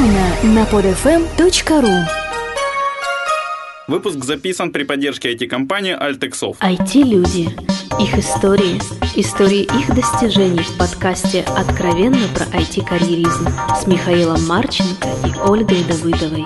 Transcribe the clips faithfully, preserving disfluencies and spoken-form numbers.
эксклюзивно на под эф эм точка ру. Выпуск записан при поддержке ай ти-компании Altexoft. ай ти-люди. Их истории. Истории их достижений в подкасте «Откровенно про ай ти-карьеризм» с Михаилом Марченко и Ольгой Давыдовой.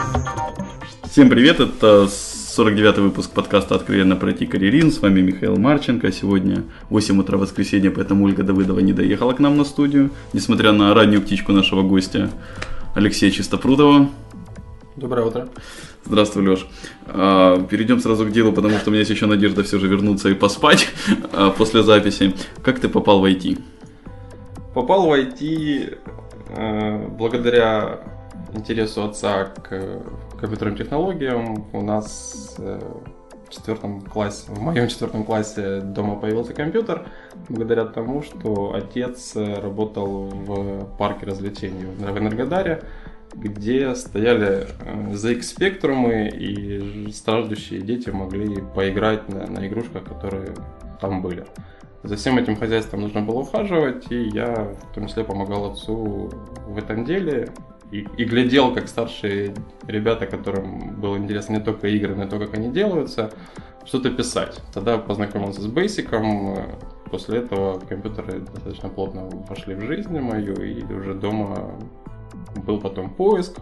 Всем привет, это сорок девятый выпуск подкаста «Откровенно про ай ти-карьеризм». С вами Михаил Марченко. Сегодня восемь утра воскресенья, поэтому Ольга Давыдова не доехала к нам на студию. Несмотря на раннюю птичку нашего гостя Алексея Чистопрудова. Доброе утро. Здравствуй, Лёш. Перейдем сразу к делу, потому что у меня есть еще надежда все же вернуться и поспать после записи. Как ты попал в ай ти? Попал в ай ти э, благодаря интересу отца к компьютерным технологиям. У нас э, в четвертом классе, в моем четвертом классе дома появился компьютер, благодаря тому, что отец работал в парке развлечений в Энергодаре, где стояли зет икс спектрумы, и страждущие дети могли поиграть на, на игрушках, которые там были. За всем этим хозяйством нужно было ухаживать, и я в том числе помогал отцу в этом деле и, и глядел, как старшие ребята, которым было интересно не только игры, но и то, как они делаются, что-то писать. Тогда познакомился с Basic, после этого компьютеры достаточно плотно вошли в жизнь мою, и уже дома был потом поиск,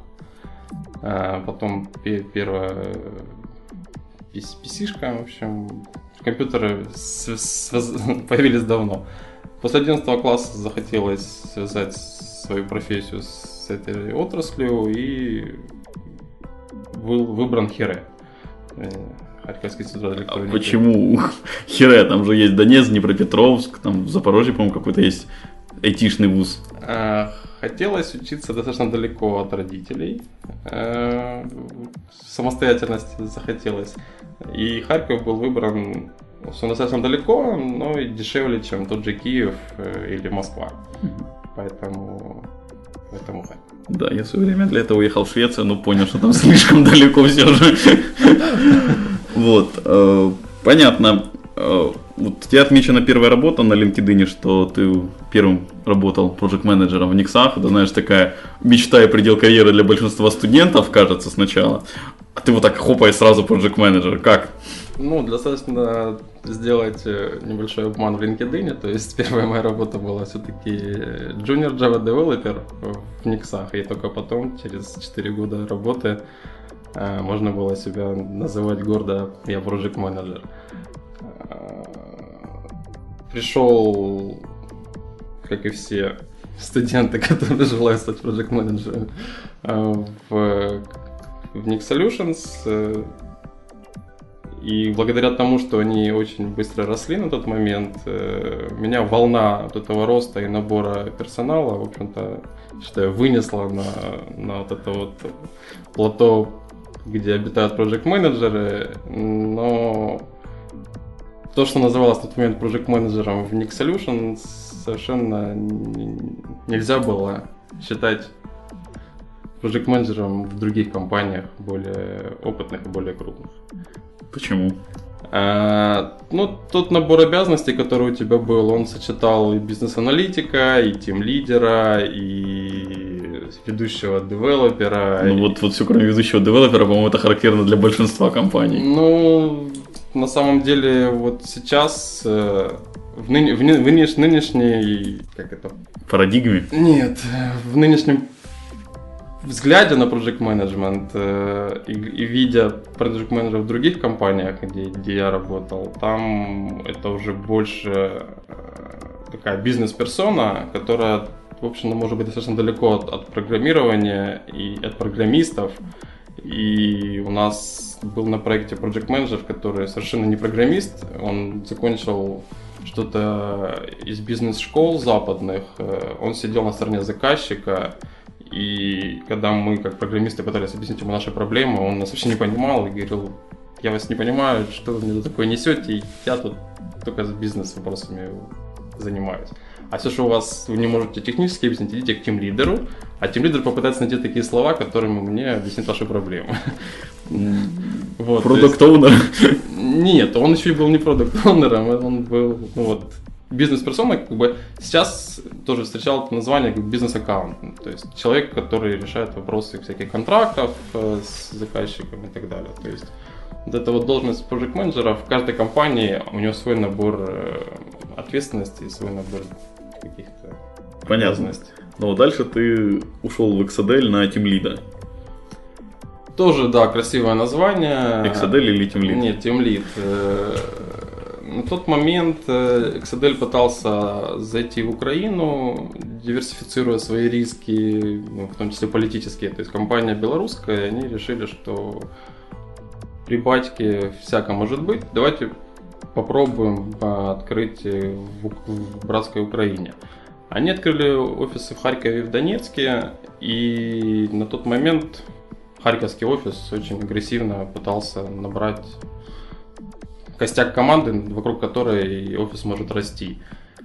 потом первая пи си-шка, в общем, компьютеры появились давно. После одиннадцатого класса захотелось связать свою профессию с этой отраслью, и был выбран Хире, Харьковский институт электроники. А почему Хире? Там же есть Донецк, Днепропетровск, там в Запорожье, по-моему, какой-то есть айтишный вуз. Хотелось учиться достаточно далеко от родителей, самостоятельности захотелось, и Харьков был выбран достаточно далеко, но и дешевле, чем тот же Киев или Москва, поэтому, поэтому Харьков. Да, я в свое время для этого уехал в Швецию, но понял, что там слишком далеко все же. Вот, понятно. Вот у тебя отмечена первая работа на LinkedIn, что ты первым работал проект-менеджером в Никсах. Это, знаешь, такая мечта и предел карьеры для большинства студентов, кажется, сначала. А ты вот так хопай сразу проект-менеджер. Как? Ну, достаточно сделать небольшой обман в LinkedIn. То есть первая моя работа была все-таки junior Java developer в Никсах. И только потом, через четыре года работы, можно было себя называть гордо «я проект-менеджер». Пришел, как и все студенты, которые желают стать проект-менеджером, в, в Nix Solutions. И благодаря тому, что они очень быстро росли на тот момент, меня волна вот этого роста и набора персонала, в общем-то, считаю, вынесла на, на вот это вот плато, где обитают проект-менеджеры, но то, что называлось в тот момент проект-менеджером в Nix Solutions, совершенно нельзя было считать проект-менеджером в других компаниях, более опытных и более крупных. Почему? А, ну, тот набор обязанностей, который у тебя был, он сочетал и бизнес-аналитика, и тим-лидера, и ведущего девелопера. Ну, и... вот, вот все, кроме ведущего девелопера, по-моему, это характерно для большинства компаний. Ну... На самом деле, вот сейчас, э, в, ны- в, ны- в нынеш- нынешней... Как это? Парадигме? Нет, в нынешнем взгляде на project management э, и, и видя project менеджеров в других компаниях, где, где я работал, там это уже больше э, такая бизнес-персона, которая, в общем, может быть достаточно далеко от, от программирования и от программистов. И у нас был на проекте project менеджер, который совершенно не программист, он закончил что-то из бизнес-школ западных, он сидел на стороне заказчика, и когда мы, как программисты, пытались объяснить ему наши проблемы, он нас вообще не понимал и говорил: я вас не понимаю, что вы мне такое несете, я тут только с бизнес-вопросами занимаюсь. А все, что у вас вы не можете технически объяснить, идите к тимлидеру, а тимлидер попытается найти такие слова, которыми мне объяснить ваши проблемы. Продукт-оунер? Нет, он еще и был не продукт-оунером, он был, ну вот, бизнес-персона, как бы сейчас тоже встречал это название как бизнес-аккаунт. То есть человек, который решает вопросы всяких контрактов с заказчиком и так далее. То есть вот эта вот должность project менеджера в каждой компании, у него свой набор ответственности и свой набор каких-то обязанностей. Но дальше ты ушел в Exadel на тимлида. Тоже, да, красивое название. Exadel или тимлид? Нет, тимлид. На тот момент Exadel пытался зайти в Украину, диверсифицируя свои риски, в том числе политические. То есть компания белорусская, и они решили, что при батьке всяко может быть. Давайте попробуем открыть в, в братской Украине. Они открыли офисы в Харькове и в Донецке, и на тот момент харьковский офис очень агрессивно пытался набрать костяк команды, вокруг которой офис может расти.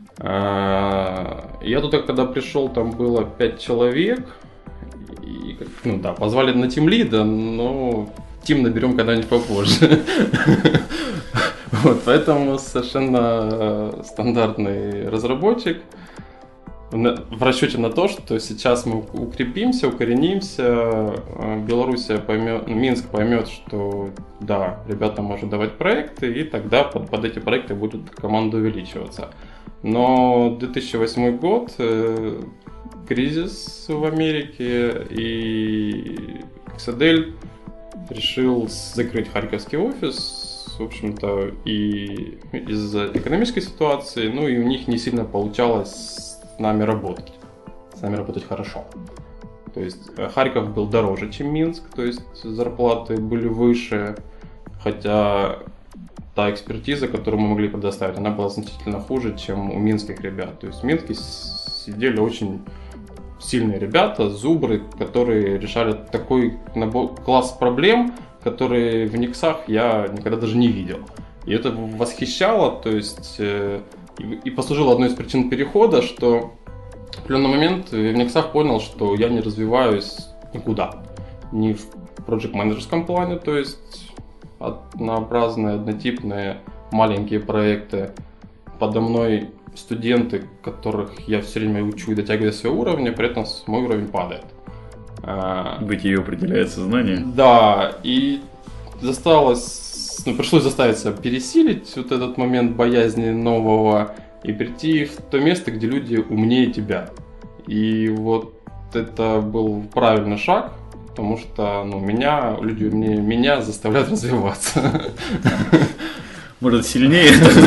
Я туда, когда пришел, там было пять человек, и, ну да, позвали на тимлида, но тим наберем когда-нибудь попозже. Вот, поэтому совершенно стандартный разработчик. В расчете на то, что сейчас мы укрепимся, укоренимся, Белоруссия поймет, Минск поймет, что да, ребята могут давать проекты, и тогда под, под эти проекты будет команда увеличиваться. Но две тысячи восьмой год, э, кризис в Америке, и Exadel решил закрыть харьковский офис, в общем-то, и из-за экономической ситуации, ну и у них не сильно получалось с нами работать, с нами работать хорошо. То есть Харьков был дороже, чем Минск, то есть зарплаты были выше, хотя та экспертиза, которую мы могли предоставить, она была значительно хуже, чем у минских ребят. То есть в Минске сидели очень сильные ребята, зубры, которые решали такой набор, класс проблем, которые в Никсах я никогда даже не видел. И это восхищало, то есть и послужило одной из причин перехода, что в определенный момент в Никсах понял, что я не развиваюсь никуда. Ни в проект-менеджерском плане, то есть однообразные, однотипные маленькие проекты. Подо мной студенты, которых я все время учу и дотягиваю до своего уровня, при этом мой уровень падает. Бытие определяет сознание. Да, и заставилось, ну, пришлось заставить себя пересилить вот этот момент боязни нового и прийти в то место, где люди умнее тебя. И вот это был правильный шаг, потому что ну, меня, люди умнее меня заставляют развиваться. Может, сильнее?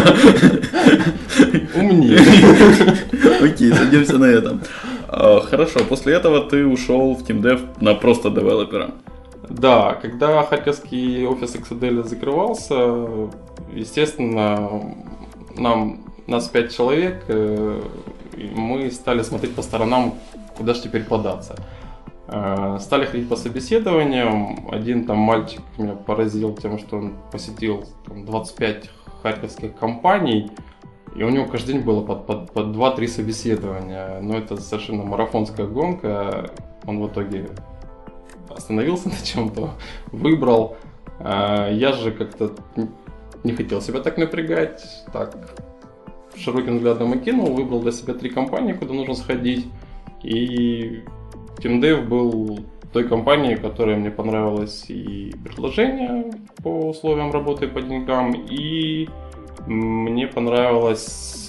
Умнее. Окей, садимся на этом. Хорошо, после этого ты ушел в TeamDev на просто девелопера. Да, когда харьковский офис Exadel закрывался, естественно, нам, нас пять человек, и мы стали смотреть по сторонам, куда же теперь податься. Стали ходить по собеседованиям. Один там мальчик меня поразил тем, что он посетил там, двадцать пять харьковских компаний, и у него каждый день было по, по, по два-три собеседования. Но это совершенно марафонская гонка. Он в итоге остановился на чем-то, выбрал. Я же как-то не хотел себя так напрягать. Так, широким взглядом окинул, выбрал для себя три компании, куда нужно сходить. И TeamDev был той компанией, которая мне понравилось и предложение по условиям работы и по деньгам, и мне понравилось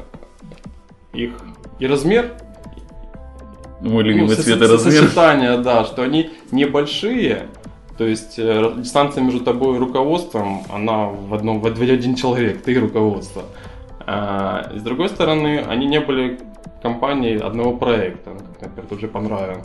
их и размер. Мой любимый ну, цвет и размер. Сочетание, да, что они небольшие, то есть дистанция между тобой и руководством, она в одном, в один человек, ты и руководство. А с другой стороны, они не были компанией одного проекта, как, например, тот же Понравен.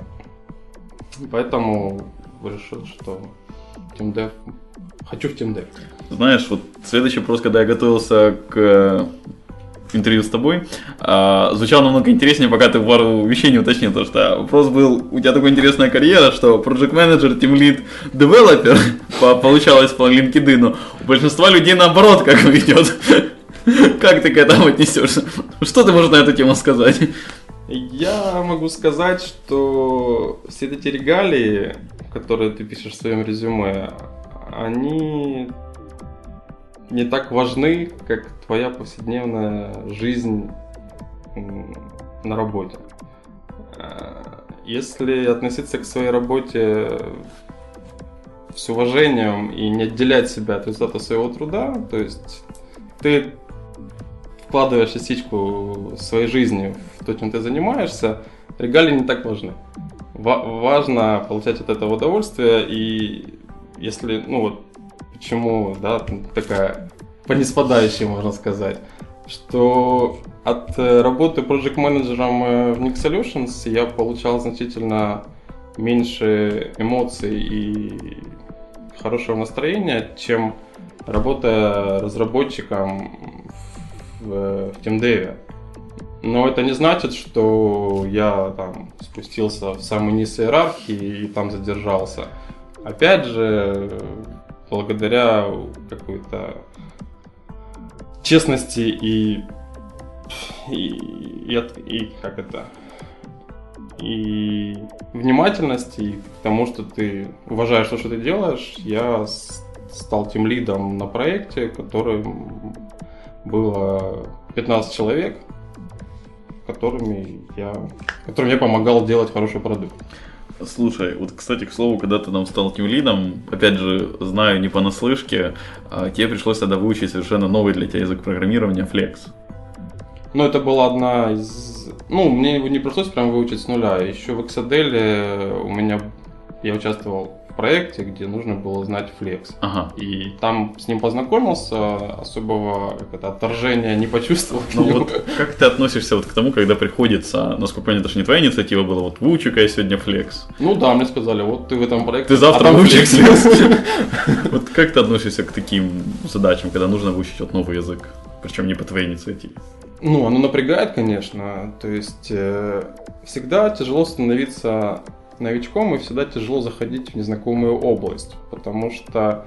Поэтому решил, что TeamDev, хочу в TeamDev. Знаешь, вот следующий вопрос, когда я готовился к интервью с тобой, звучал намного интереснее, пока ты пару вещей не уточнил, потому что вопрос был, у тебя такая интересная карьера, что Project Manager, Team Lead, Developer, получалось по LinkedIn, у большинства людей наоборот как идет. Как ты к этому отнесешься? Что ты можешь на эту тему сказать? Я могу сказать, что все эти регалии, которые ты пишешь в своем резюме, они не так важны, как твоя повседневная жизнь на работе. если относиться к своей работе с уважением и не отделять себя от результата своего труда, то есть ты вкладываешь частичку своей жизни в то, чем ты занимаешься, регалии не так важны. Ва- важно получать от этого удовольствие, и если, ну вот, почему, да, такая по ниспадающей, можно сказать, что от работы проект-менеджером в Nix Solutions я получал значительно меньше эмоций и хорошего настроения, чем работая разработчиком в, в TeamDev. Но это не значит, что я там спустился в самый низ иерархии и там задержался. Опять же, благодаря какой-то честности и, и, и, и как это и внимательности, и к тому, что ты уважаешь то, что ты делаешь, я стал тимлидом на проекте, которым было пятнадцать человек, которыми я, которым я помогал делать хороший продукт. Слушай, вот, кстати, к слову, когда ты там стал тимлидом, опять же, знаю не понаслышке, тебе пришлось тогда выучить совершенно новый для тебя язык программирования Flex. Ну, это была одна из... Ну, мне его не пришлось прям выучить с нуля. Еще в Exadel у меня... Я участвовал в проекте, где нужно было знать Flex. Ага. И там с ним познакомился, особого как это, отторжения не почувствовал. Ну вот как ты относишься вот к тому, когда приходится, насколько понятно, это же не твоя инициатива была, вот выучу-ка я сегодня Flex. Ну да, мне сказали, вот ты в этом проекте... Ты завтра а выучишь Flex. Вот как ты относишься к таким задачам, когда нужно выучить вот новый язык, причем не по твоей инициативе? Ну, оно напрягает, конечно. То есть э, всегда тяжело становиться новичком и всегда тяжело заходить в незнакомую область, потому что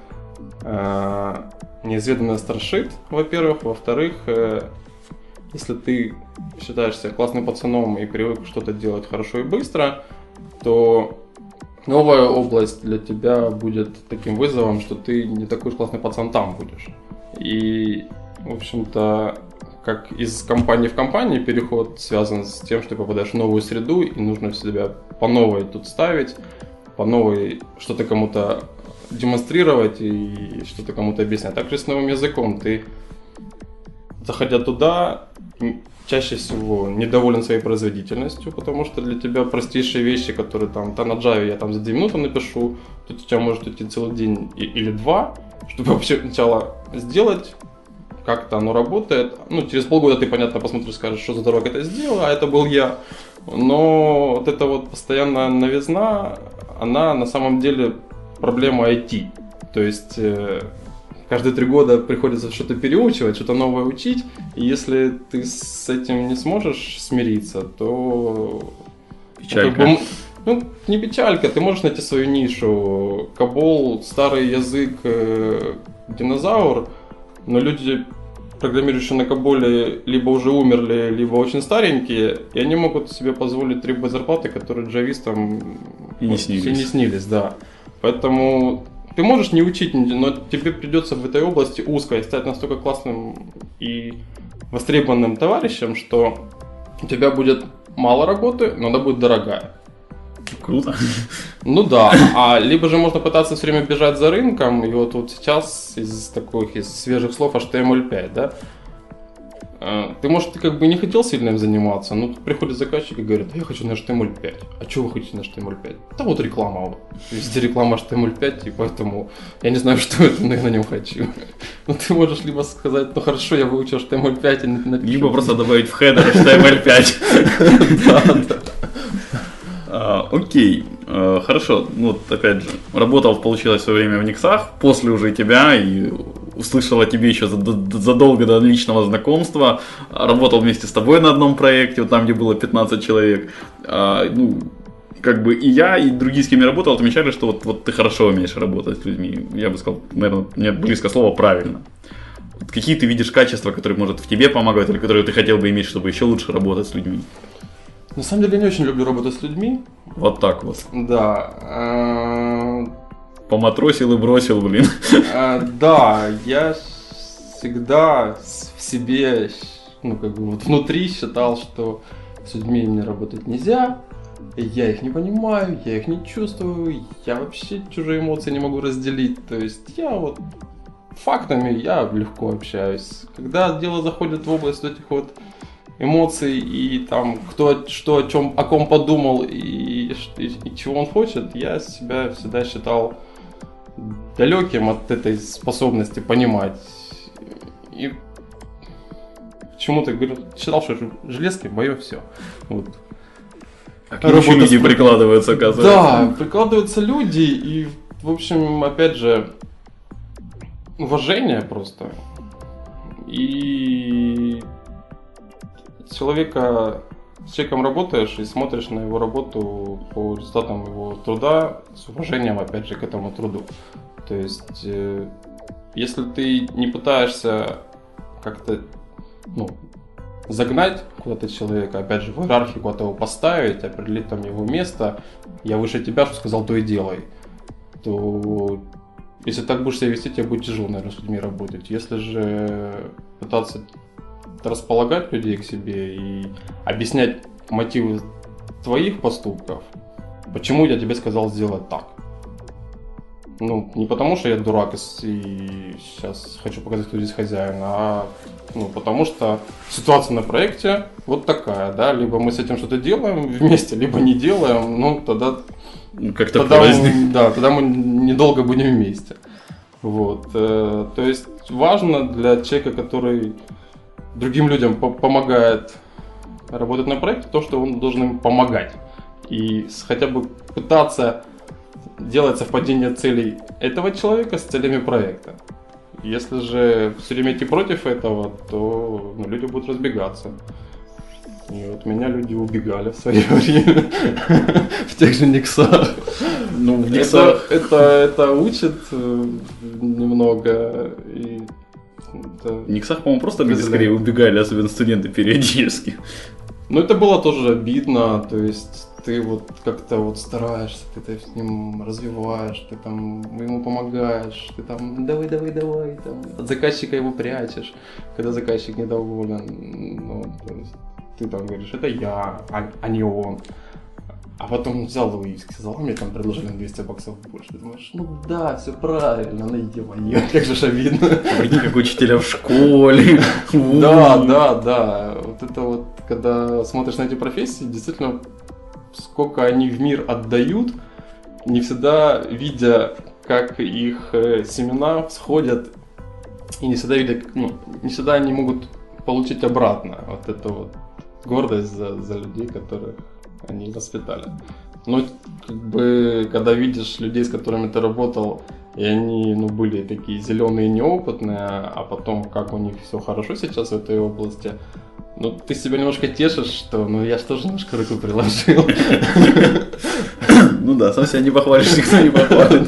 э, неизведанное страшит, во-первых. Во-вторых, э, если ты считаешь себя классным пацаном и привык что-то делать хорошо и быстро, то новая область для тебя будет таким вызовом, что ты не такой уж классный пацан там будешь. И, в общем-то, как из компании в компанию переход связан с тем, что ты попадаешь в новую среду и нужно себя по новой тут ставить, по новой что-то кому-то демонстрировать и что-то кому-то объяснять. Так же с новым языком. Ты, заходя туда, чаще всего недоволен своей производительностью, потому что для тебя простейшие вещи, которые там, да, на Java я там за две минуты напишу, тут у тебя может идти целый день или два, чтобы вообще сначала сделать, как-то оно работает. Ну, через полгода ты, понятно, посмотришь, скажешь, что за дорога это сделал, а это был я. Но вот эта вот постоянная новизна, она на самом деле проблема ай ти. То есть э, каждые три года приходится что-то переучивать, что-то новое учить, и если ты с этим не сможешь смириться, то... Печалька. Как бы, ну, не печалька, ты можешь найти свою нишу. Кабол, старый язык, э, динозавр, но люди, программирующие на Каболе, либо уже умерли, либо очень старенькие, и они могут себе позволить требовать зарплаты, которые джавистам и не снились. И не снились, да. Поэтому ты можешь не учить, но тебе придется в этой области узкой стать настолько классным и востребованным товарищем, что у тебя будет мало работы, но она будет дорогая. Круто. Ну да, а либо же можно пытаться все время бежать за рынком, и вот, вот сейчас из таких, из свежих слов эйч ти эм эль пять, да, ты, может, ты как бы не хотел сильно им заниматься, но тут приходит заказчик и говорит, а я хочу на эйч ти эм эль пять. А что вы хотите на эйч ти эм эль пять? Да вот реклама, вот. Везде реклама эйч ти эм эль пять, и поэтому я не знаю, что это, но я на нем хочу. Ну ты можешь либо сказать, ну хорошо, я выучу эйч ти эм эль пять и напишу. Либо просто добавить в хедер эйч ти эм эль пять. Да, да. А, окей, а, хорошо, ну вот опять же, работал, получилось в свое время в Никсах, после уже тебя, и услышал о тебе еще задолго до личного знакомства, работал вместе с тобой на одном проекте, вот там, где было пятнадцать человек, а, ну, как бы и я, и другие, с кем я работал, отмечали, что вот, вот ты хорошо умеешь работать с людьми, я бы сказал, наверное, мне близко слово «правильно». Какие ты видишь качества, которые, может, в тебе помогают, или которые ты хотел бы иметь, чтобы еще лучше работать с людьми? На самом деле я не очень люблю работать с людьми. Вот так вот. Да. Поматросил и бросил, блин. Да, я всегда в себе, ну как бы вот внутри считал, что с людьми мне работать нельзя, я их не понимаю, я их не чувствую, я вообще чужие эмоции не могу разделить. То есть я вот фактами я легко общаюсь. Когда дело заходит в область этих вот эмоций и там кто что о чем о ком подумал и, и, и чего он хочет, я себя всегда считал далеким от этой способности понимать. И почему-то говорю, считал, что железки мое все. Вот. А к нему люди с... прикладываются, оказывается. Да, прикладываются люди, и, в общем, опять же, уважение просто. И человека, с человеком работаешь и смотришь на его работу по результатам его труда с уважением, опять же, к этому труду. То есть, э, если ты не пытаешься как-то, ну, загнать куда-то человека, опять же, в иерархию куда-то его поставить, определить там его место, я выше тебя, что сказал, то и делай, то если так будешь себя вести, тебе будет тяжело, наверное, с людьми работать. Если же пытаться располагать людей к себе и объяснять мотивы твоих поступков, почему я тебе сказал сделать так. Ну, не потому, что я дурак и сейчас хочу показать, кто здесь хозяин, а ну, потому что ситуация на проекте вот такая, да, либо мы с этим что-то делаем вместе, либо не делаем, ну, тогда, ну, как-то тогда, мы, да, тогда мы недолго будем вместе. Вот, э, то есть важно для человека, который другим людям по- помогает работать на проекте, то, что он должен им помогать. И хотя бы пытаться делать совпадение целей этого человека с целями проекта. Если же все время идти против этого, то ну, люди будут разбегаться. И вот меня люди убегали в свое время в тех же Никсах. Ну, в Никсах это, это учит немного. И это... В Никсах, по-моему, просто люди скорее убегали, особенно студенты периодически. Ну, это было тоже обидно, то есть ты вот как-то вот стараешься, ты, ты с ним развиваешь, ты там ему помогаешь, ты там давай, давай, давай, там, от заказчика его прячешь, когда заказчик недоволен, ну, то есть ты там говоришь, это я, а, а не он. А потом взял и сказал, мне там предложили на двести баксов больше. Ты думаешь, ну да, все правильно, ну ё-моё, как же ж обидно. Прикинь, как учителя в школе. Да, да, да. Вот это вот, когда смотришь на эти профессии, действительно, сколько они в мир отдают, не всегда видя, как их семена всходят, и не всегда видя, ну, не всегда они могут получить обратно вот эту вот гордость за, за людей, которых они воспитали. Ну, как бы, когда видишь людей, с которыми ты работал, и они, ну, были такие зеленые, неопытные, а потом, как у них все хорошо сейчас в этой области, ну, ты себя немножко тешишь, что, ну, я же тоже немножко руку приложил. Ну да, сам себя не похвалишь, никто не похвалит.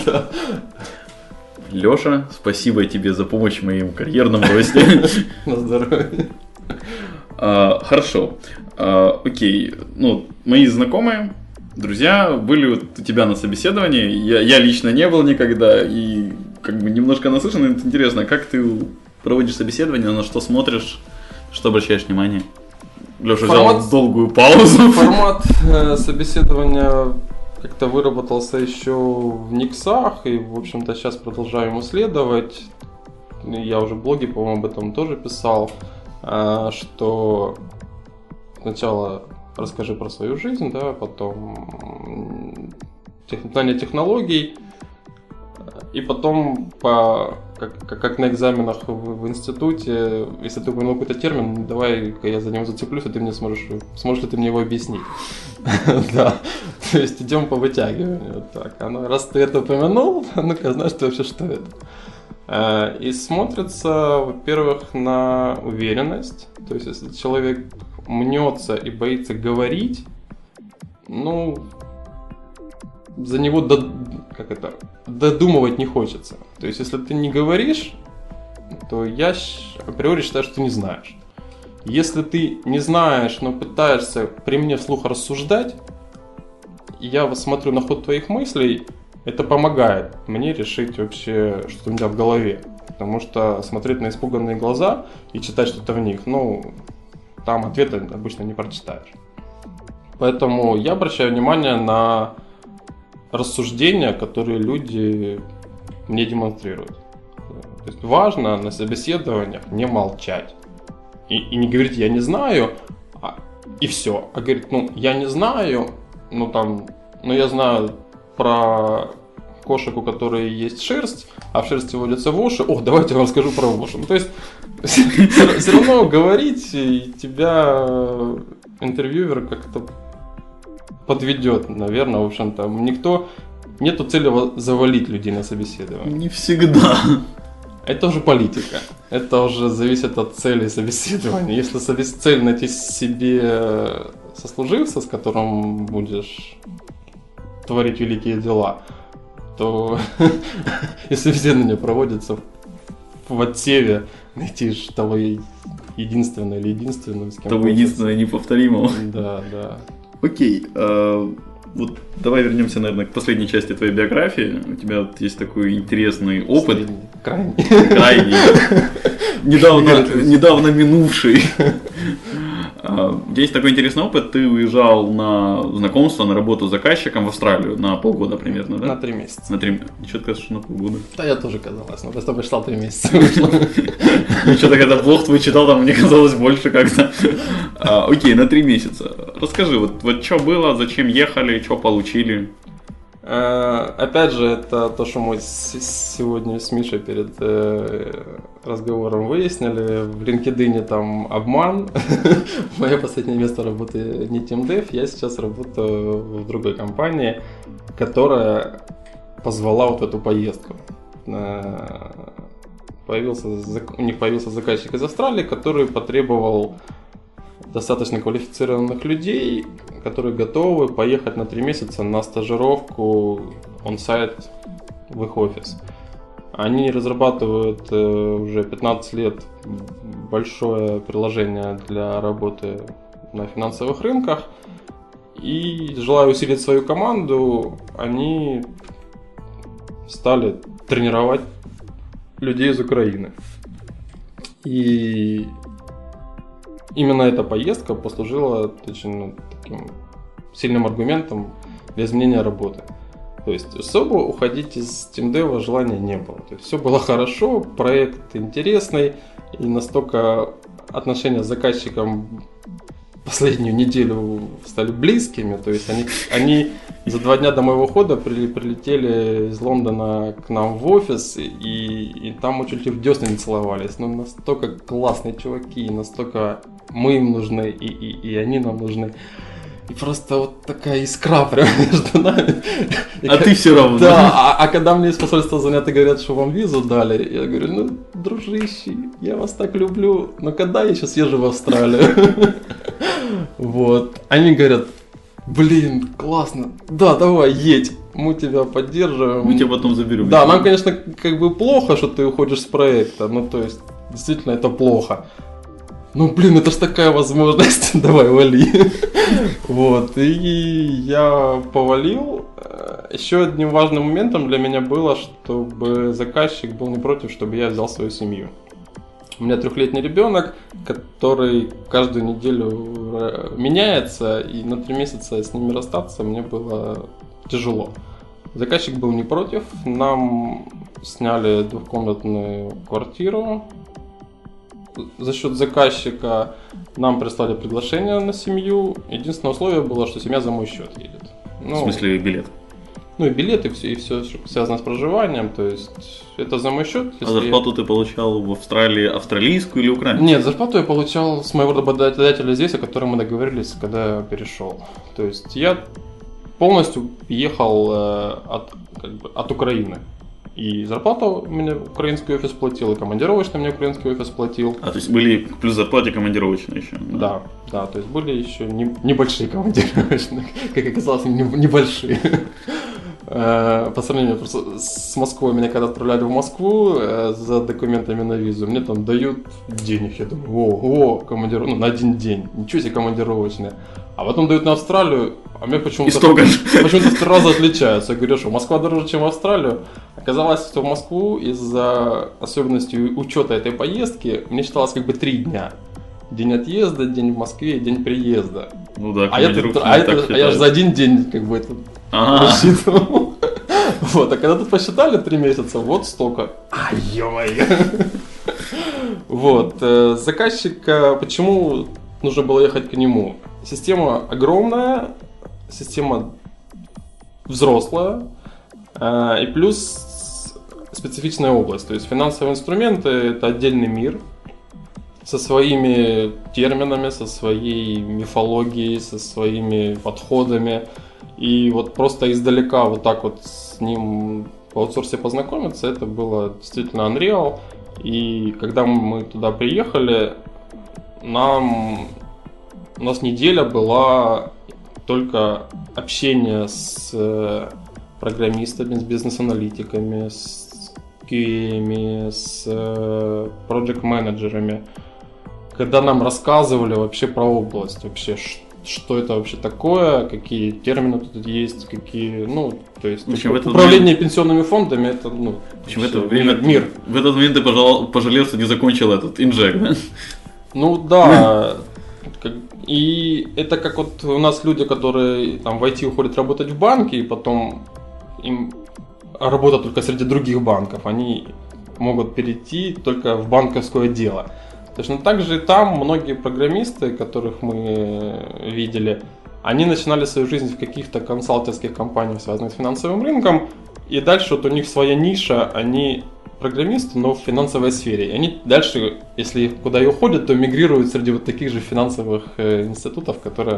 Леша, спасибо тебе за помощь в моем карьерном росте. На здоровье. А, хорошо. А, окей. Ну, мои знакомые, друзья были вот у тебя на собеседовании. Я, я лично не был никогда и как бы немножко наслышан. Это интересно, как ты проводишь собеседование, на что смотришь, что обращаешь внимание? Леша формат, взял долгую паузу. Формат э, собеседования как-то выработался еще в Никсах, и, в общем-то, сейчас продолжаем исследовать. Я уже в блоге, по-моему, об этом тоже писал, э, что сначала расскажи про свою жизнь, да, потом знание технологий, и потом по Как, как, как на экзаменах в, в институте, если ты упомянул какой-то термин, давай-ка я за него зацеплюсь, а ты мне сможешь, сможешь ли ты мне его объяснить. Да, то есть идем по вытягиванию. Так, раз ты это упомянул, ну-ка, знаешь ты вообще, что это. И смотрится, во-первых, на уверенность. То есть, если человек мнется и боится говорить, ну, за него до, как это, додумывать не хочется. То есть, если ты не говоришь, то я априори считаю, что ты не знаешь. Если ты не знаешь, но пытаешься при мне вслух рассуждать, и я смотрю на ход твоих мыслей, это помогает мне решить вообще, что у меня в голове. Потому что смотреть на испуганные глаза и читать что-то в них, ну, там ответа обычно не прочитаешь. Поэтому я обращаю внимание на рассуждения, которые люди мне демонстрируют. То есть важно на собеседованиях не молчать. И, и не говорить «я не знаю», а, и все. А говорить «ну, я не знаю, ну там, ну я знаю про кошек, у которых есть шерсть, а в шерсти водятся воши, о, давайте я вам расскажу про воши». Ну, то есть все равно говорить, и тебя интервьюер как-то подведет, наверное, в общем-то. Никто, нету цели завалить людей на собеседование. Не всегда. Это уже политика. Это уже зависит от цели собеседования. Если цель найти себе сослуживца, с которым будешь творить великие дела, то и собеседование проводится в отсеве, найти того единственного или единственного, с кем того единственного неповторимого. Да, да. Окей, э, вот давай вернемся, наверное, к последней части твоей биографии. У тебя вот есть такой интересный опыт. Крайний. Крайний. Недавно, недавно минувший. У тебя есть такой интересный опыт. Ты уезжал на знакомство, на работу с заказчиком в Австралию на полгода примерно, да? На три месяца. На три. Что ты скажешь, на полгода? Да, я тоже казалось, но просто посчитал три месяца. Что-то когда блог твой читал, там мне казалось больше как-то. А, окей, на три месяца. Расскажи, вот, вот что было, зачем ехали, что получили? Опять же, это то, что мы сегодня с Мишей перед разговором выяснили. В LinkedIn там обман. Мое последнее место работы не TeamDev. Я сейчас работаю в другой компании, которая позвала вот эту поездку. Появился, у них появился заказчик из Австралии, который потребовал достаточно квалифицированных людей, которые готовы поехать на три месяца на стажировку он-сайт в их офис. Они разрабатывают уже пятнадцать лет большое приложение для работы на финансовых рынках. И, желая усилить свою команду, они стали тренировать людей из Украины. И именно эта поездка послужила очень ну, таким сильным аргументом для изменения работы. То есть особо уходить из TeamDev желания не было. То есть все было хорошо, проект интересный, и настолько отношения с заказчиком последнюю неделю стали близкими. То есть они, они за два дня до моего ухода при, прилетели из Лондона к нам в офис, и, и там мы чуть ли в десны не целовались. Но настолько классные чуваки, настолько мы им нужны, и, и, и они нам нужны. И просто вот такая искра прям между нами. И а как... ты все равно. Да, а, а когда мне из посольства звонят и говорят, что вам визу дали, я говорю, ну, дружище, я вас так люблю, но когда я сейчас езжу в Австралию? Вот. Они говорят, блин, классно, да, давай, едь, мы тебя поддерживаем. Мы тебя потом заберем. Да, нам, конечно, как бы плохо, что ты уходишь с проекта, ну, то есть, действительно, это плохо. Ну, блин, это ж такая возможность, давай, вали. Вот, и я повалил. Еще одним важным моментом для меня было, чтобы заказчик был не против, чтобы я взял свою семью. У меня трехлетний ребенок, который каждую неделю меняется, и на три месяца с ними расстаться мне было тяжело. Заказчик был не против, нам сняли двухкомнатную квартиру. За счет заказчика нам прислали приглашение на семью. Единственное условие было, что семья за мой счет едет. Ну, в смысле билет? Ну и билеты, все, и все, что связано с проживанием. То есть это за мой счет. А зарплату я... ты получал в Австралии австралийскую или украинскую? Нет, зарплату я получал с моего работодателя здесь, о котором мы договорились, когда я перешел. То есть я полностью ехал э, от, как бы, от Украины. И зарплату мне украинский офис платил, и командировочный мне украинский офис платил. А, то есть были плюс зарплате командировочные еще? Да, да, да, то есть были еще не, небольшие командировочные, как оказалось, не, небольшие. По сравнению просто с Москвой, меня когда отправляли в Москву за документами на визу, мне там дают денег, я думаю, о, о, командиров... ну, на один день, ничего себе командировочные. А потом дают на Австралию, а мне почему-то, почему-то в три раза отличаются. Я говорю, что Москва дороже, чем в Австралию. Оказалось, что в Москву из-за особенностей учета этой поездки мне считалось как бы три дня. день отъезда, день в Москве, день приезда. Ну да, а я, тут, а, это, а я же за один день как бы это ага. рассчитывал. Вот, а когда тут посчитали три месяца, вот столько. Ай, ё-моё. Вот, заказчика, почему нужно было ехать к нему? Система огромная, система взрослая, и плюс специфичная область. То есть финансовые инструменты – это отдельный мир со своими терминами, со своей мифологией, со своими подходами. И вот просто издалека вот так вот с ним в аутсорсе познакомиться, это было действительно unreal. И когда мы туда приехали, нам, у нас неделя была только общение с программистами, с бизнес-аналитиками, с кью эй, с проект-менеджерами. Когда нам рассказывали вообще про область, вообще что это вообще такое, какие термины тут есть, какие, ну, то есть общем, управление момент... пенсионными фондами, это, ну, в общем, в это время, мир. В этот момент ты пожалел, пожалел, что не закончил этот инжект, да? Ну да, и это как вот у нас люди, которые там в ай ти уходят работать в банки, и потом им работа только среди других банков, они могут перейти только в банковское дело. Точно так же и там многие программисты, которых мы видели, они начинали свою жизнь в каких-то консалтинговых компаниях, связанных с финансовым рынком, и дальше вот у них своя ниша, они программисты, но в финансовой сфере. И они дальше, если куда и уходят, то мигрируют среди вот таких же финансовых институтов, которые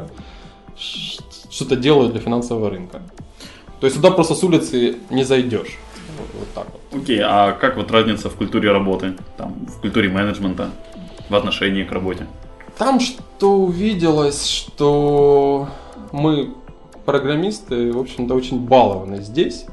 что-то делают для финансового рынка. То есть сюда просто с улицы не зайдешь. Вот так вот. Окей, а как вот разница в культуре работы, там, в культуре менеджмента, в отношении к работе? Там что увиделось, что мы, программисты, в общем-то, очень балованы здесь.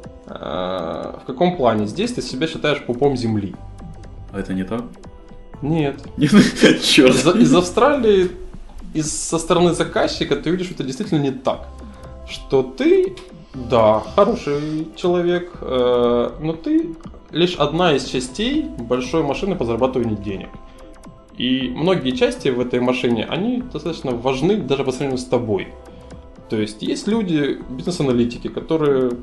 В каком плане? Здесь ты себя считаешь пупом земли. А это не так? Нет. Черт. Из, из Австралии, из, со стороны заказчика ты видишь, что это действительно не так. Что ты, да, хороший человек, э, но ты лишь одна из частей большой машины по зарабатыванию денег. И многие части в этой машине, они достаточно важны даже по сравнению с тобой. То есть есть люди, бизнес-аналитики, которые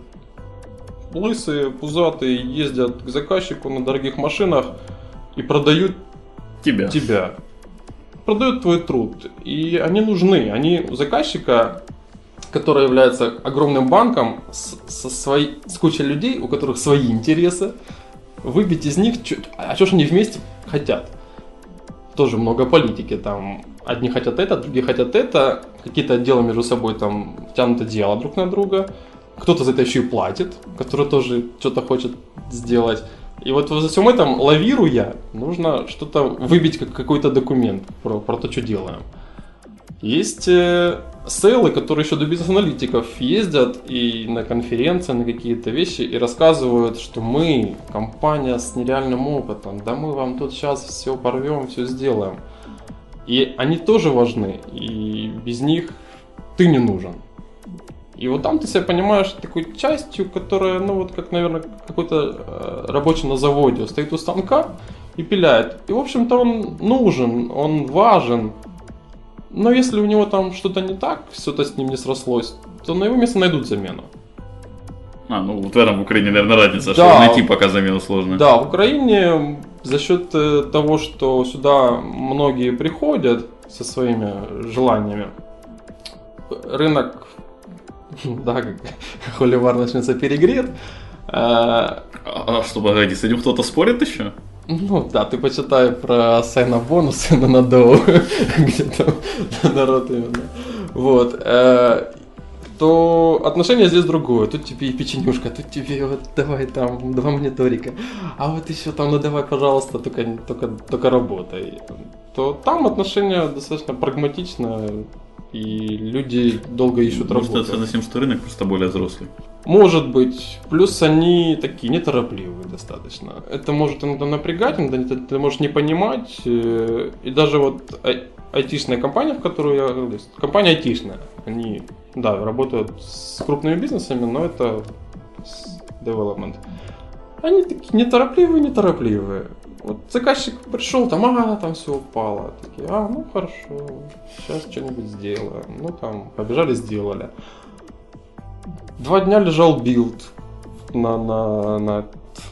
лысые, пузатые, ездят к заказчику на дорогих машинах и продают тебя. тебя. Продают твой труд. И они нужны. Они у заказчика, который является огромным банком, с, со своей, с кучей людей, у которых свои интересы, выбить из них, а что ж они вместе хотят. Тоже много политики. Там одни хотят это, другие хотят это. Какие-то отделы между собой там тянут одеяло друг на друга. Кто-то за это еще и платит, который тоже что-то хочет сделать. И вот во всем этом, лавируя, нужно что-то выбить, как какой-то документ про, про то, что делаем. Есть э, сейлы, которые еще до бизнес-аналитиков ездят и на конференции, на какие-то вещи и рассказывают, что мы, компания с нереальным опытом, да мы вам тут сейчас все порвем, все сделаем. И они тоже важны, и без них ты не нужен. И вот там ты себя понимаешь такой частью, которая, ну вот как, наверное, какой-то э, рабочий на заводе стоит у станка и пиляет. И, в общем-то, он нужен, он важен. Но если у него там что-то не так, что-то с ним не срослось, то на его место найдут замену. А, ну вот в этом в Украине, наверное, разница, да, что найти пока замену сложно. Да, в Украине за счет того, что сюда многие приходят со своими желаниями, рынок, да, как холивар начнется перегрет. А, а что, погоди, с этим кто-то спорит еще? Ну да, ты почитай про сайна бонусы на Надоу, где там народ именно. Вот. То отношение здесь другое. Тут тебе и печенюшка, тут тебе вот давай там два мониторика. А вот еще там, ну давай, пожалуйста, только, только, только работай. То там отношение достаточно прагматичное. И люди долго ищут работу. Может, это связано с тем, что рынок просто более взрослый? Может быть. Плюс они такие неторопливые достаточно. Это может иногда напрягать, иногда ты можешь не понимать. И даже вот айтишная компания, в которую я... Компания айтишная. Они, да, работают с крупными бизнесами, но это development. Они такие неторопливые, неторопливые. Вот заказчик пришел, там, ага, там все упало. Такие, а, ну хорошо, сейчас что-нибудь сделаем. Ну там, побежали, сделали. Два дня лежал билд на, на, на,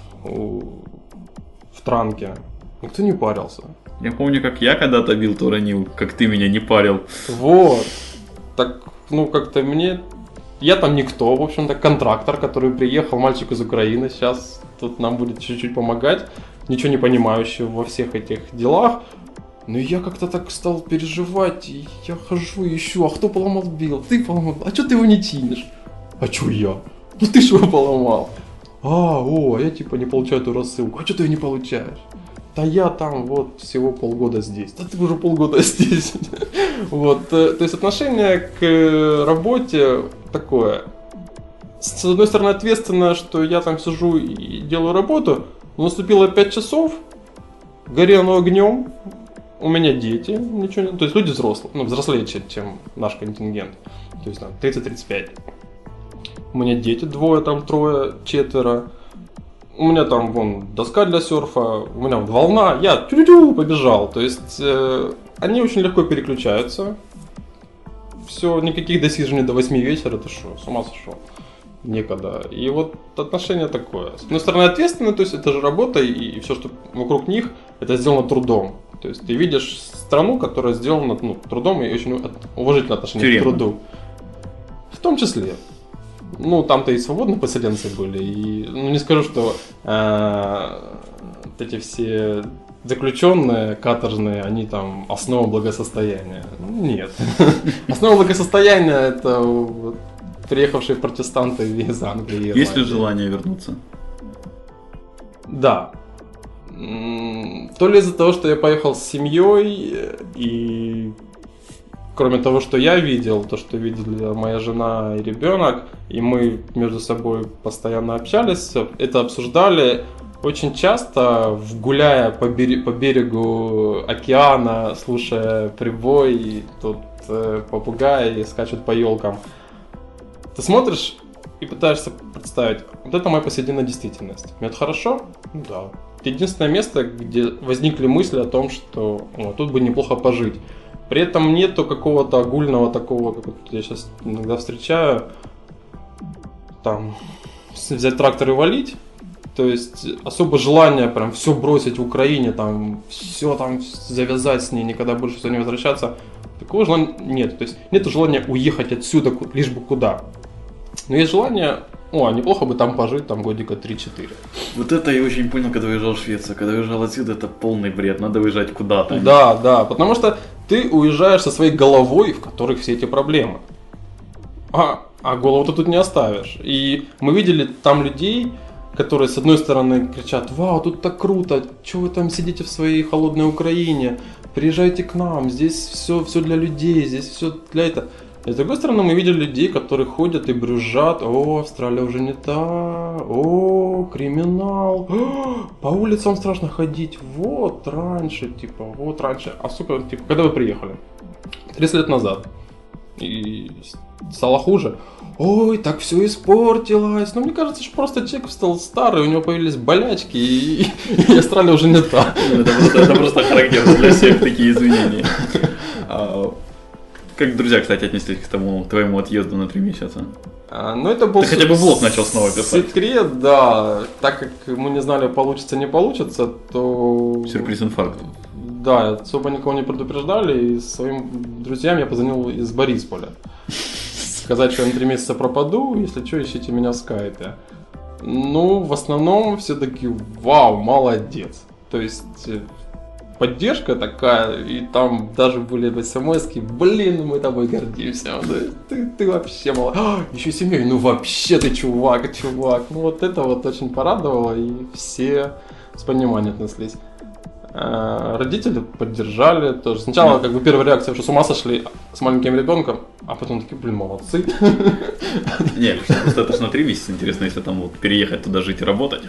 в транке. Никто не парился. Я помню, как я когда-то билд уронил, как ты меня не парил. Вот. Так, ну как-то мне... Я там никто, в общем-то, контрактор, который приехал, мальчик из Украины, сейчас тут нам будет чуть-чуть помогать, ничего не понимающий во всех этих делах. Но я как-то так стал переживать, и я хожу и ищу, а кто поломал билд? Ты поломал, а что ты его не тянешь? А чё я? Ну ты ж его поломал. А, о, я типа не получаю эту рассылку, а что ты ее не получаешь? Да я там вот всего полгода здесь. Да ты уже полгода здесь. Вот, то есть отношение к работе такое. С одной стороны ответственно, что я там сижу и делаю работу, но наступило пять часов, горело оно огнем, у меня дети, ничего не... То есть люди взрослые, ну взрослее, чем наш контингент. То есть там тридцать-тридцать пять. У меня дети, двое, там трое, четверо. У меня там вон доска для серфа, у меня вот волна, я тю-тю побежал. То есть э, они очень легко переключаются. Все, никаких досижений до восьми вечера, ты что, с ума сошел? Некогда. И вот отношение такое. С одной стороны ответственно, то есть это же работа, и, и все, что вокруг них, это сделано трудом. То есть ты видишь страну, которая сделана ну, трудом и очень уважительное отношение Тюремно. к труду. В том числе. Ну, там-то и свободные поселенцы были, и ну, не скажу, что э, вот эти все заключенные каторжные, они там основа благосостояния. Нет. Основа благосостояния — это вот, приехавшие протестанты из Англии. Есть ли желание вернуться? Да. То ли из-за того, что я поехал с семьей, и кроме того, что я видел, то, что видели моя жена и ребенок, и мы между собой постоянно общались, это обсуждали очень часто, гуляя по, берег, по берегу океана, слушая прибой, и тут э, попугаи скачут по елкам. Ты смотришь и пытаешься представить, вот это моя повседневная действительность. Мне это хорошо? Ну да. Это единственное место, где возникли мысли о том, что о, тут бы неплохо пожить. При этом нету какого-то огульного такого, как вот я сейчас иногда встречаю, там, взять трактор и валить. То есть особо желания прям все бросить в Украине, там, все там завязать с ней, никогда больше сюда не возвращаться. Такого желания нет. То есть нету желания уехать отсюда, лишь бы куда. Но есть желание, о, неплохо бы там пожить, там годика три-четыре. Вот это я очень понял, когда уезжал в Швецию. Когда уезжал отсюда, это полный бред. Надо уезжать куда-то. Да, да, потому что ты уезжаешь со своей головой, в которой все эти проблемы. А, а голову ты тут не оставишь. И мы видели там людей, которые с одной стороны кричат: вау, тут так круто, что вы там сидите в своей холодной Украине, приезжайте к нам, здесь все, все для людей, здесь все для этого. И с другой стороны мы видели людей, которые ходят и брюзжат: о, Австралия уже не та, о, криминал, о, по улицам страшно ходить, вот раньше, типа, вот раньше. А сука, типа, когда вы приехали? тридцать лет назад. И стало хуже. Ой, так все испортилось. Ну, мне кажется, что просто человек стал старый, у него появились болячки, и, и Австралия уже не та. Это просто, это просто характерно для всех такие изменения. А, как друзья, кстати, отнеслись к тому твоему отъезду на три месяца? А, ну, это был Ты хотя бы влог начал снова писать. Секрет, да. Так как мы не знали, получится, не получится, то... Сюрприз инфаркт. Да, особо никого не предупреждали, и своим друзьям я позвонил из Борисполя. Сказать, что я на три месяца пропаду, если что, ищите меня в скайпе. Ну, в основном все такие: вау, молодец. То есть поддержка такая, и там даже были смс-ки: блин, мы тобой гордимся. Ты, ты вообще молодец. А, еще семьей, ну вообще ты чувак, чувак. Ну вот это вот очень порадовало, и все с пониманием отнеслись. Родители поддержали тоже. Сначала, как бы, первая реакция, что с ума сошли с маленьким ребенком, а потом такие: блин, молодцы. Не, просто это ж на три месяца интересно, если там вот переехать туда жить и работать.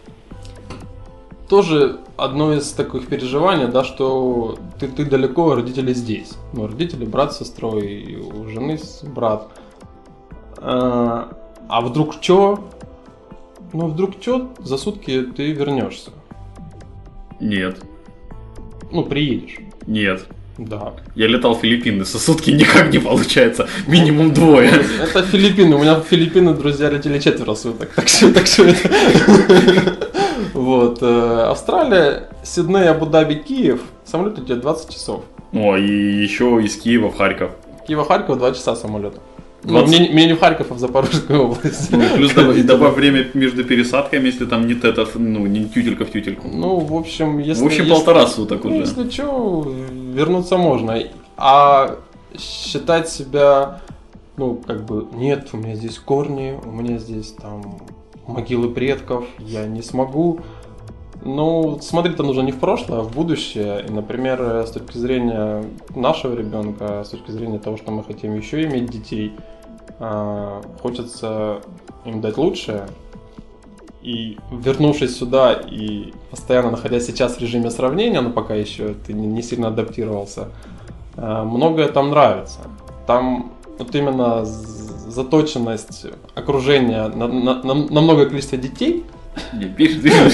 Тоже одно из таких переживаний, да, что ты, ты далеко, а родители здесь. Ну, родители, брат с сестрой, у жены брат. А, а вдруг что? Ну, вдруг что, за сутки ты вернешься. Нет. Ну, приедешь. Нет. Да. Я летал в Филиппины, со сутки никак не получается. Минимум двое. Это Филиппины. У меня в Филиппины друзья летели четверо суток. Так что, так что это... Вот. Австралия, Сидней, Абу-Даби, Киев. Самолет идет двадцать часов. О, и еще из Киева в Харьков. Киева-Харьков два часа самолета. двадцать... Ну, мне, мне не в Харьков, а в Запорожскую область. Ну, плюс добавь, добавь время между пересадками, если там не тета, ну, не тютелька в тютельку. Ну, в общем, если... В общем, если, полтора суток ну, уже. Если что, вернуться можно. А считать себя, ну, как бы, нет, у меня здесь корни, у меня здесь там могилы предков, я не смогу. Ну, смотреть-то нужно не в прошлое, а в будущее. И, например, с точки зрения нашего ребенка, с точки зрения того, что мы хотим еще иметь детей, хочется им дать лучшее. И вернувшись сюда и постоянно находясь сейчас в режиме сравнения, но пока еще ты не сильно адаптировался, многое там нравится. Там вот именно заточенность окружения на, на, на, на многое количество детей. Не, пишет, пишет,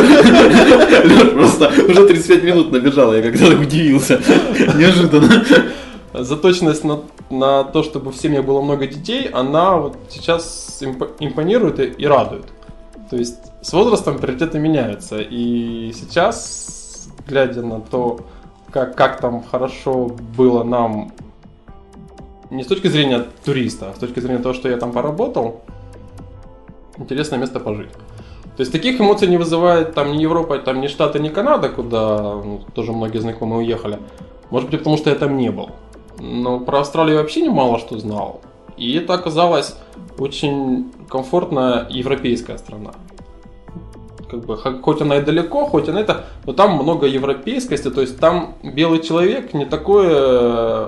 пишет. Просто уже тридцать пять минут набежало, я как-то удивился. Неожиданно. Заточенность на, на то, чтобы в семье было много детей, она вот сейчас импонирует и, и радует. То есть с возрастом приоритеты меняются. И сейчас, глядя на то, как, как там хорошо было нам, не с точки зрения туриста, а с точки зрения того, что я там поработал, интересное место пожить. То есть таких эмоций не вызывает там ни Европа, там ни Штаты, ни Канада, куда ну, тоже многие знакомые уехали. Может быть, потому что я там не был. Но про Австралию вообще не мало что знал. И это оказалась очень комфортная европейская страна. Как бы, хоть она и далеко, хоть она это, но там много европейскости. То есть там белый человек не такое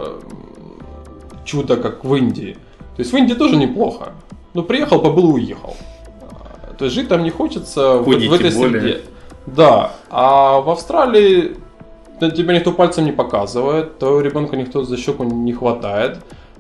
чудо, как в Индии. То есть в Индии тоже неплохо. Но приехал, побыл и уехал. То есть жить там не хочется в, в этой среде. Да. А в Австралии тебя никто пальцем не показывает, твоего ребенка никто за щеку не хватает.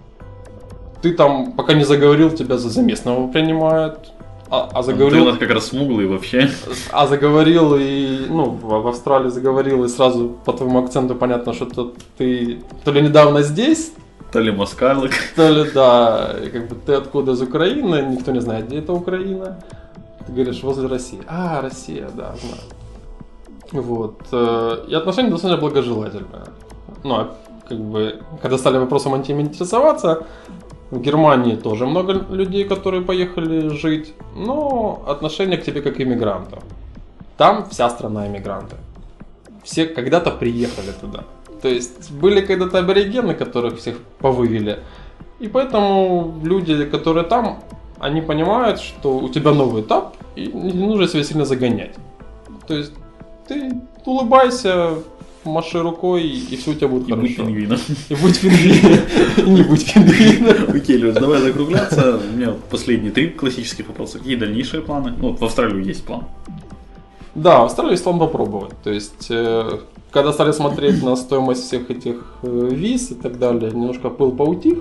Ты там, пока не заговорил, тебя за, за местного принимают. А, а заговорил... Ты у нас как раз смуглый вообще. А заговорил и, ну, в Австралии заговорил, и сразу по твоему акценту понятно, что то, ты то ли недавно здесь, то ли москалык. То ли, да, как бы ты откуда из Украины, никто не знает, где это Украина. Ты говоришь, возле России. А, Россия, да, знаю. Вот. И отношения достаточно благожелательные. Ну, а как бы, когда стали вопросом антими интересоваться, в Германии тоже много людей, которые поехали жить, но отношение к тебе как к иммигранту. Там вся страна иммигранты. Все когда-то приехали туда. То есть были когда-то аборигены, которых всех повывели. И поэтому люди, которые там, они понимают, что у тебя новый этап, и не нужно себя сильно загонять. То есть ты улыбайся, маши рукой, и все у тебя будет и хорошо. Будь пингвином. И будь пингвином. И не будь пингвином. Окей, Леш, давай закругляться. У меня последние три классических вопроса. Какие дальнейшие планы? Ну, в Австралию есть план. Да, в Австралию есть план попробовать. То есть, когда стали смотреть на стоимость всех этих виз и так далее, немножко пыл поутих.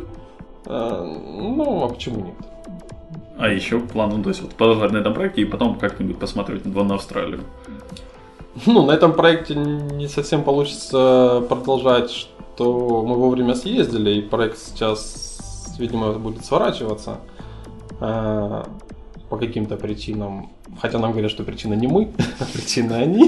Ну, а почему нет? А еще план, ну, то есть, вот продолжать на этом проекте и потом как-нибудь посмотреть на Австралию. Ну, на этом проекте не совсем получится продолжать, что мы вовремя съездили, и проект сейчас, видимо, будет сворачиваться э, по каким-то причинам. Хотя нам говорят, что причина не мы, а причина они.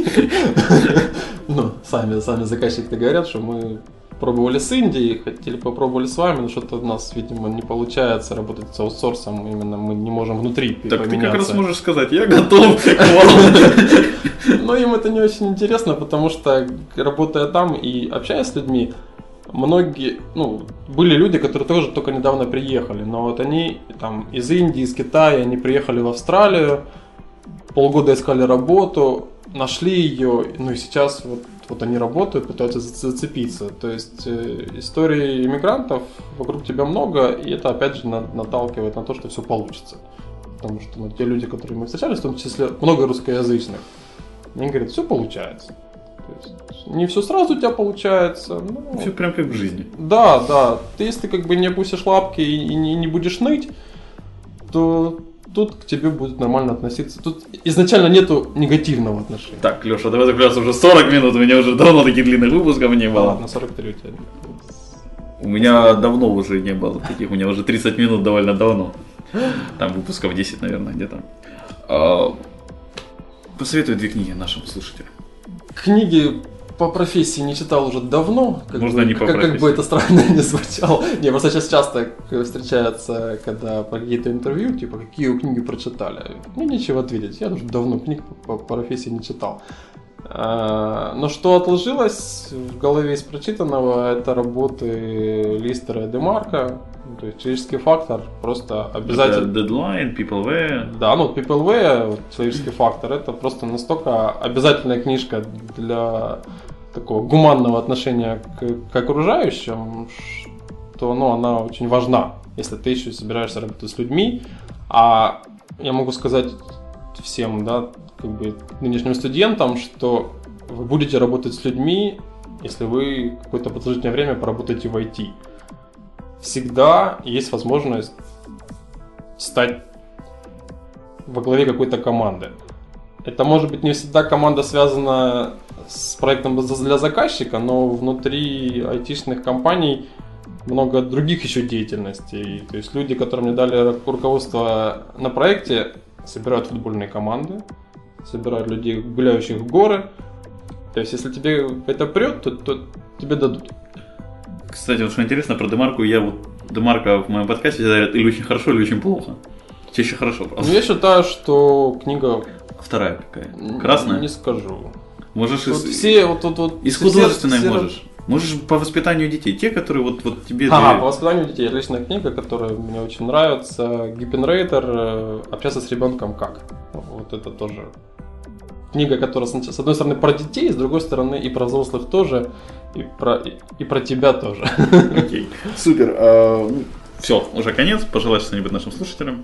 Ну, сами, сами заказчики говорят, что мы пробовали с Индией, хотели попробовали с вами, но что-то у нас, видимо, не получается работать с аутсорсом, именно мы не можем внутри так поменяться. Так ты как раз можешь сказать, я готов к вам. Но им это не очень интересно, потому что, работая там и общаясь с людьми, многие, ну, были люди, которые тоже только недавно приехали, но вот они там из Индии, из Китая, они приехали в Австралию, полгода искали работу, нашли ее, ну и сейчас вот, вот они работают, пытаются зацепиться. То есть э, истории иммигрантов вокруг тебя много, и это опять же наталкивает на то, что все получится. Потому что ну, те люди, которые мы встречались, в том числе много русскоязычных, они говорят, все получается. То есть, не все сразу у тебя получается. Ну, все прям как в жизни. Да, да. Ты если как бы не опустишь лапки и, и не, не будешь ныть, то тут к тебе будут нормально относиться. Тут изначально нету негативного отношения. Так, Леша, давай закругляться уже сорок минут, у меня уже давно таких длинных выпусков не было. Ладно, сорок три у тебя. У меня давно уже не было таких, у меня уже тридцать минут довольно давно. Там выпусков десять, наверное, где-то. Посоветуй две книги нашим слушателям. Книги по профессии не читал уже давно. Как Можно бы, не по как, профессии. как бы это странно не звучало. Не, просто сейчас часто встречается, когда по какие-то интервью, типа, какие вы книги прочитали. Мне нечего ответить, я уже давно книг по, по профессии не читал. А, но что отложилось в голове из прочитанного, это работы Листера и Демарка. То есть человеческий фактор просто обязательно... Это Deadline, PeopleWare. Да, ну PeopleWare, вот, человеческий фактор, это просто настолько обязательная книжка для такого гуманного отношения к, к окружающим, что ну, она очень важна, если ты еще собираешься работать с людьми. А я могу сказать всем, да, как бы нынешним студентам, что вы будете работать с людьми, если вы какое-то продолжительное время поработаете в ай ти. Всегда есть возможность стать во главе какой-то команды. Это может быть не всегда команда связана с проектом для заказчика, но внутри айтишных компаний много других еще деятельностей. То есть люди, которым мне дали руководство на проекте, собирают футбольные команды, собирают людей, гуляющих в горы. То есть если тебе это прет, то, то тебе дадут. Кстати, вот что интересно про Демарку, я вот Демарка в моем подкасте всегда говорят или очень хорошо, или очень плохо. Чаще хорошо просто. Ну, я считаю, что книга... Вторая какая? Красная? Не скажу. Можешь Вот из... все, вот, вот, вот, из все, художественной все... можешь. Можешь по воспитанию детей. Те, которые вот, вот тебе... Ага, ты... по воспитанию детей. Отличная книга, которая мне очень нравится. Гиппенрейтер «Общаться с ребенком как». Вот это тоже книга, которая с одной стороны про детей, с другой стороны и про взрослых тоже, и про, и, и про тебя тоже. Окей, супер. А, все, уже конец. Пожелай что-нибудь нашим слушателям.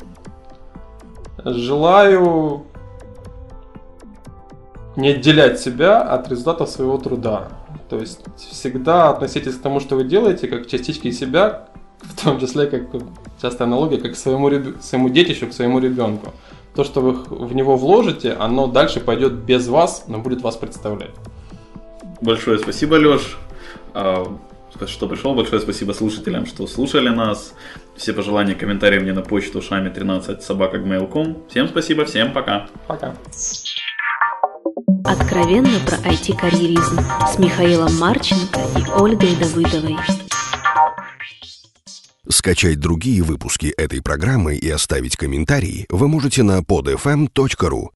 Желаю не отделять себя от результатов своего труда. То есть всегда относитесь к тому, что вы делаете, как к частичке себя, в том числе, как частая аналогия, как к своему, своему детищу, к своему ребенку. То, что вы в него вложите, оно дальше пойдет без вас, но будет вас представлять. Большое спасибо, Лёш, что пришел. Большое спасибо слушателям, что слушали нас. Все пожелания, комментарии мне на почту шами тринадцать собака джи мейл точка ком. Всем спасибо, всем пока. Пока. Откровенно про ай ти-карьеризм с Михаилом Марченко и Ольгой Давыдовой. Скачать другие выпуски этой программы и оставить комментарии вы можете на под эф эм точка ру.